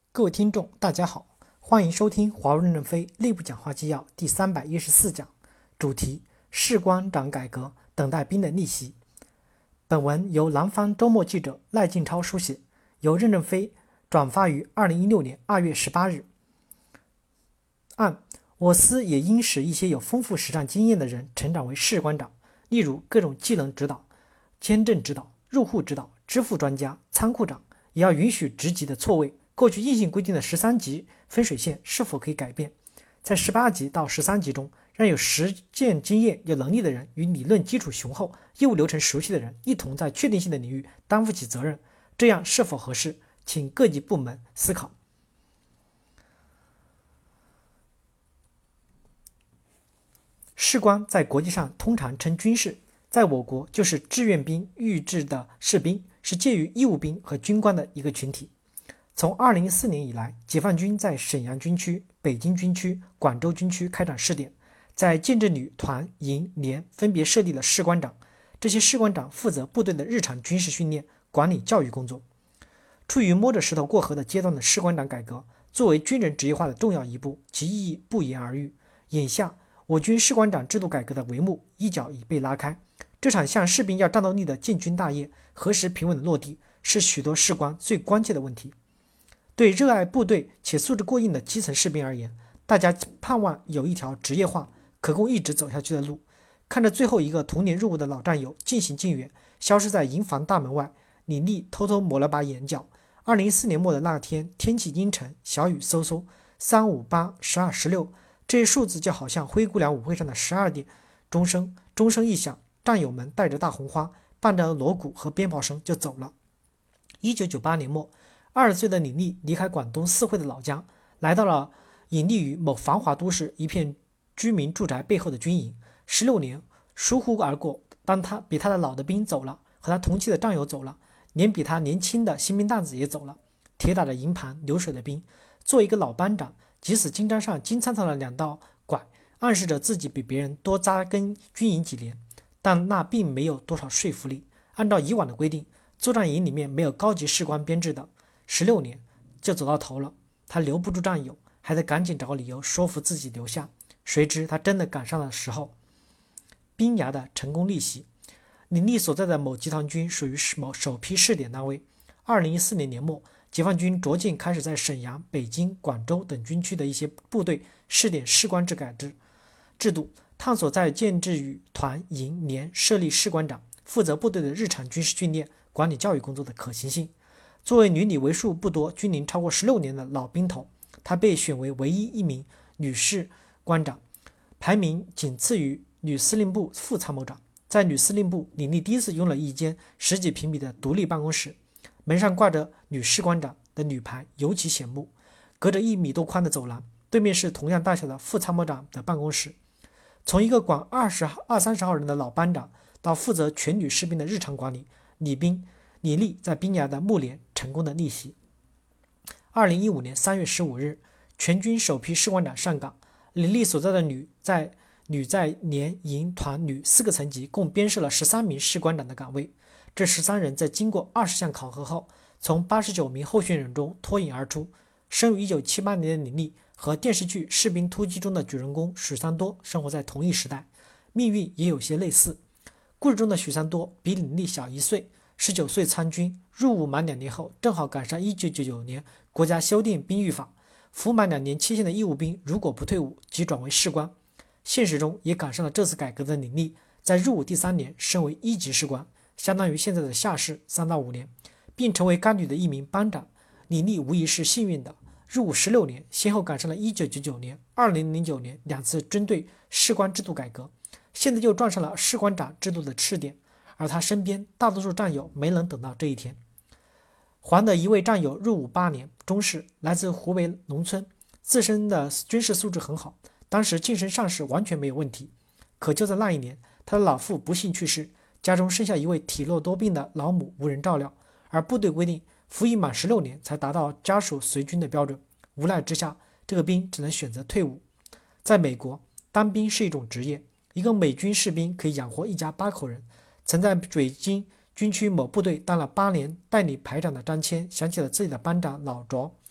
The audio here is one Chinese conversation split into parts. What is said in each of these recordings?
各位听众，大家好，欢迎收听华为任正非内部讲话纪要第314讲，主题：士官长改革，等待兵的逆袭。本文由南方周末记者赖劲超书写，由任正非转发于2016年2月18日。按我司也应使一些有丰富实战经验的人成长为士官长，例如各种技能指导、签证指导、入户指导、支付专家、仓库长，也要允许职级的错位。过去硬性规定的13级分水线是否可以改变？在18级到13级中，让有实践经验、有能力的人与理论基础雄厚、业务流程熟悉的人一同在确定性的领域担负起责任，这样是否合适？请各级部门思考。士官在国际上通常称军士，在我国就是志愿兵预制的士兵，是介于义务兵和军官的一个群体。从2014年以来，解放军在沈阳军区、北京军区、广州军区开展试点，在建制旅、团、营、连分别设立了士官长，这些士官长负责部队的日常军事训练、管理、教育工作。处于摸着石头过河的阶段的士官长改革，作为军人职业化的重要一步，其意义不言而喻。眼下，我军士官长制度改革的帷幕一脚已被拉开，这场向士兵要战斗力的建军大业何时平稳的落地，是许多士官最关切的问题。对热爱部队且素质过硬的基层士兵而言，大家盼望有一条职业化可供一直走下去的路。看着最后一个同年入伍的老战友渐行渐远，消失在营房大门外，李立偷偷抹了把眼角。2014年末的那天，天气阴沉，小雨飕飕，3、5、8、12、16，这些数字就好像灰姑娘舞会上的12点钟声，钟声一响，战友们带着大红花，伴着锣鼓和鞭炮声就走了。1998年末，20岁的李立离开广东四会的老家，来到了隐匿于某繁华都市一片居民住宅背后的军营。16年疏忽而过，当他比他的老的兵走了，和他同期的战友走了，连比他年轻的新兵蛋子也走了。铁打的营盘流水的兵，做一个老班长，即使襟章上金灿灿的2道拐，暗示着自己比别人多扎根军营几年，但那并没有多少说服力。按照以往的规定，作战营里面没有高级士官编制的，16年就走到头了，他留不住战友，还得赶紧找个理由说服自己留下。谁知他真的赶上了时候，兵衙的成功逆袭。李立所在的某集团军属于某首批试点单位。2014年年末，解放军逐渐开始在沈阳、北京、广州等军区的一些部队试点士官制改制度，探索在建制与团、营、连设立士官长，负责部队的日常军事训练、管理、教育工作的可行性。作为旅里为数不多军龄超过16年的老兵头，他被选为唯一一名女士官长，排名仅次于女司令部副参谋长。在女司令部，李立第一次拥了一间10几平米的独立办公室，门上挂着女士官长的女牌，尤其显目。隔着1米多宽的走廊，对面是同样大小的副参谋长的办公室。从一个管20-30号人的老班长，到负责全女士兵的日常管理，李立在兵衙的木连成功的逆袭。2015年3月15日，全军首批士官长上岗，李立所在的在连、营、团、旅4个层级共编设了13名士官长的岗位。这13人在经过20项考核后，从89名候选人中脱颖而出。生于1978年的李立和电视剧《士兵突击》中的主人公许三多生活在同一时代，命运也有些类似。故事中的许三多比李立小1岁，19岁参军，入伍满2年后，正好赶上1999年国家修订兵役法，服满2年期限的义务兵如果不退伍，即转为士官。现实中也赶上了这次改革的李立，在入伍第3年升为1级士官，相当于现在的下士3到5年，并成为该旅的一名班长。李立无疑是幸运的，入伍16年，先后赶上了1999年、2009年2次针对士官制度改革，现在又撞上了士官长制度的试点，而他身边大多数战友没能等到这一天。黄的一位战友入伍8年，中士，来自湖北农村，自身的军事素质很好，当时晋升上士完全没有问题。可就在那一年，他的老父不幸去世，家中生下一位体弱多病的老母无人照料，而部队规定服役满16年才达到家属随军的标准，无奈之下，这个兵只能选择退伍。在美国，当兵是一种职业，一个美军士兵可以养活一家8口人。曾在北京军区某部队当了8年代理排长的张骞想起了自己的班长老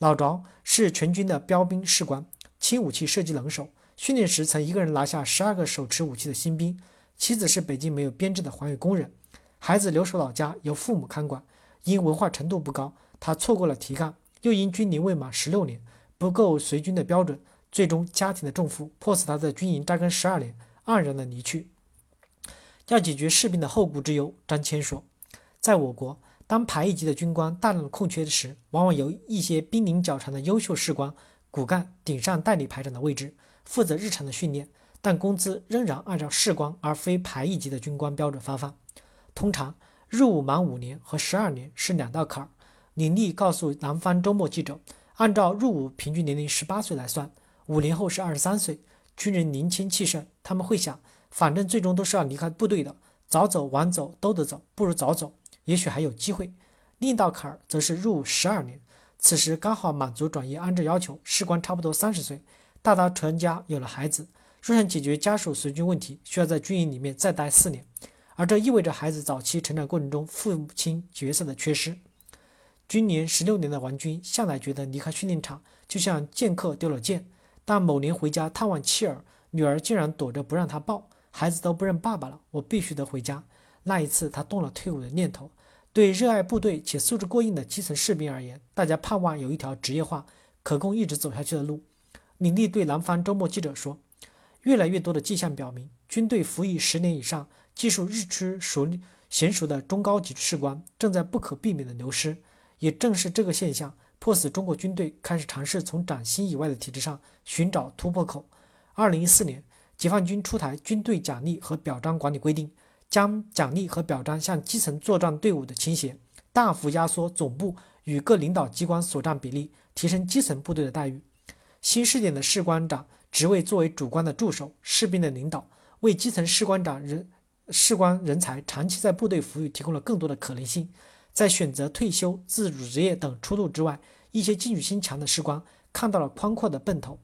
老赵是全军的标兵士官，轻武器射击能手，训练时曾一个人拿下12个手持武器的新兵。妻子是北京没有编制的环卫工人，孩子留守老家由父母看管。因文化程度不高，他错过了提干，又因军龄未满16年，不够随军的标准，最终家庭的重负迫使他在军营扎根12年，黯然的离去。要解决士兵的后顾之忧，张骞说，在我国，当排一级的军官大量空缺时，往往由一些兵龄较长的优秀士官骨干顶上代理排长的位置，负责日常的训练，但工资仍然按照士官而非排一级的军官标准发放。通常入伍满5年和12年是2道坎儿。李立告诉南方周末记者，按照入伍平均年龄18岁来算，5年后是23岁。军人年轻气盛，他们会想，反正最终都是要离开部队的，早走晚走都得走，不如早走，也许还有机会。另一道坎儿则是入伍12年，此时刚好满足转业安置要求，士官差不多30岁，大到成家有了孩子，若想解决家属随军问题，需要在军营里面再待4年，而这意味着孩子早期成长过程中父亲角色的缺失。军年16年的王军向来觉得离开训练场就像剑客丢了剑，但某年回家探望妻儿，女儿竟然躲着不让他抱，孩子都不认爸爸了，我必须得回家。那一次他动了退伍的念头。对热爱部队且素质过硬的基层士兵而言，大家盼望有一条职业化可供一直走下去的路。李立对南方周末记者说，越来越多的迹象表明，军队服役10年以上技术日趋娴熟的中高级士官正在不可避免的流失。也正是这个现象迫使中国军队开始尝试从涨薪以外的体制上寻找突破口。2014年，解放军出台军队奖励和表彰管理规定，将奖励和表彰向基层作战队伍的倾斜，大幅压缩总部与各领导机关所占比例，提升基层部队的待遇。新试点的士官长职位作为主官的助手，士兵的领导，为基层士官人才长期在部队服役提供了更多的可能性。在选择退休、自主职业等出路之外，一些进取心强的士官看到了宽阔的奔头。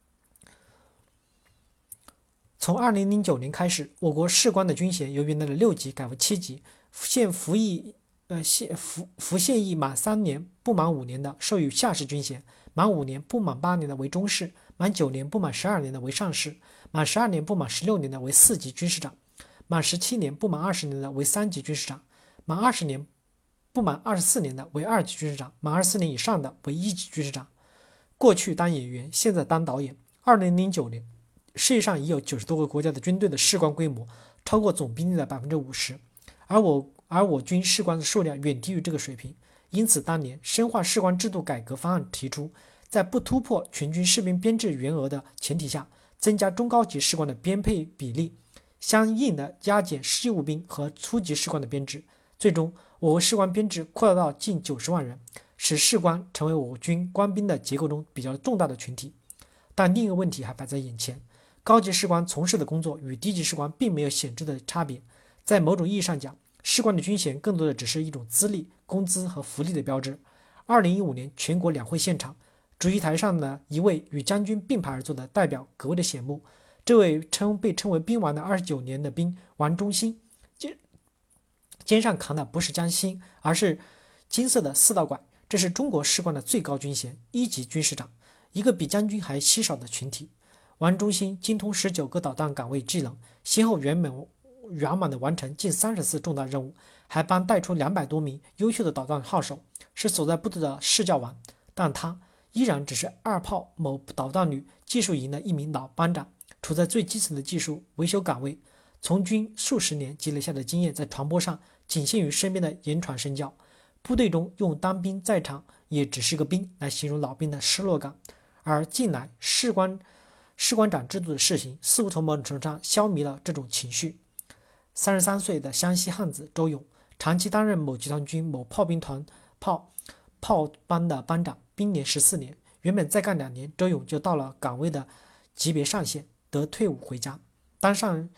从2009年开始，我国士官的军衔由原来的6级改为7级，服现役满3年不满5年的授予下士军衔，满5年不满8年的为中士，满9年不满12年的为上士，满12年不满16年的为4级军士长，满17年不满20年的为3级军士长，满20年不满24年的为2级军士长，满24年以上的为1级军士长。过去当演员，现在当导演。2009年，世界上已有90多个国家的军队的士官规模超过总兵力的50%，而我军士官的数量远低于这个水平。因此，当年深化士官制度改革方案提出，在不突破全军士兵编制员额的前提下，增加中高级士官的编配比例，相应的压减义务兵和初级士官的编制。最终，我国士官编制扩大到近90万人，使士官成为我军官兵的结构中比较重大的群体。但另一个问题还摆在眼前，高级士官从事的工作与低级士官并没有显著的差别。在某种意义上讲，士官的军衔更多的只是一种资历、工资和福利的标志。2015年全国两会现场，主席台上的一位与将军并排而坐的代表格外的显目。这位被称为兵王的29年的兵王忠兴，肩上扛的不是将星，而是金色的4道拐，这是中国士官的最高军衔，1级军士长，一个比将军还稀少的群体。王忠兴精通19个导弹岗位技能，先后圆满地完成近30次重大任务，还帮带出200多名优秀的导弹号手，是所在部队的士教王。但他依然只是2炮某导弹旅技术营的一名老班长，处在最基层的技术维修岗位。从军数十年积累下的经验，在传播上仅限于身边的言传身教。部队中用当兵在场也只是个兵来形容老兵的失落感。而近来士官长制度的试行，似乎从某种程度上消弭了这种情绪。33岁的湘西汉子周勇，长期担任某集团军某炮兵团炮班的班长，兵连14年。原本再干2年，周勇就到了岗位的级别上限，得退伍回家。当上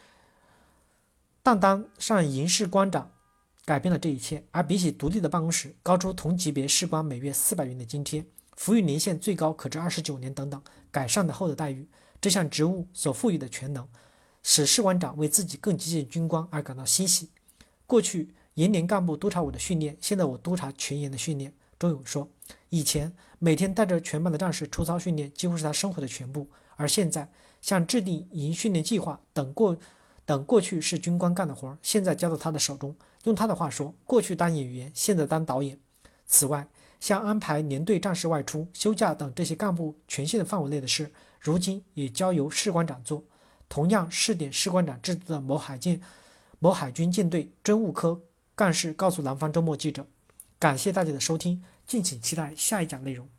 营士官长改变了这一切，而比起独立的办公室，高出同级别士官每月400元的津贴，服役年限最高可至29年等等改善的后的待遇。这项职务所赋予的权能，使士官长为自己更接近军官而感到欣喜。过去延连干部督察我的训练，现在我督察全营的训练。周勇说，以前每天带着全班的战士出操训练，几乎是他生活的全部。而现在，像制定营训练计划等过去是军官干的活，现在交到他的手中。用他的话说，过去当演员，现在当导演。此外，像安排连队战士外出、休假等这些干部权限的范围内的事，如今也交由士官长做。同样试点士官长制度的某海军舰队侦务科干事告诉南方周末记者：“感谢大家的收听，敬请期待下一讲内容。”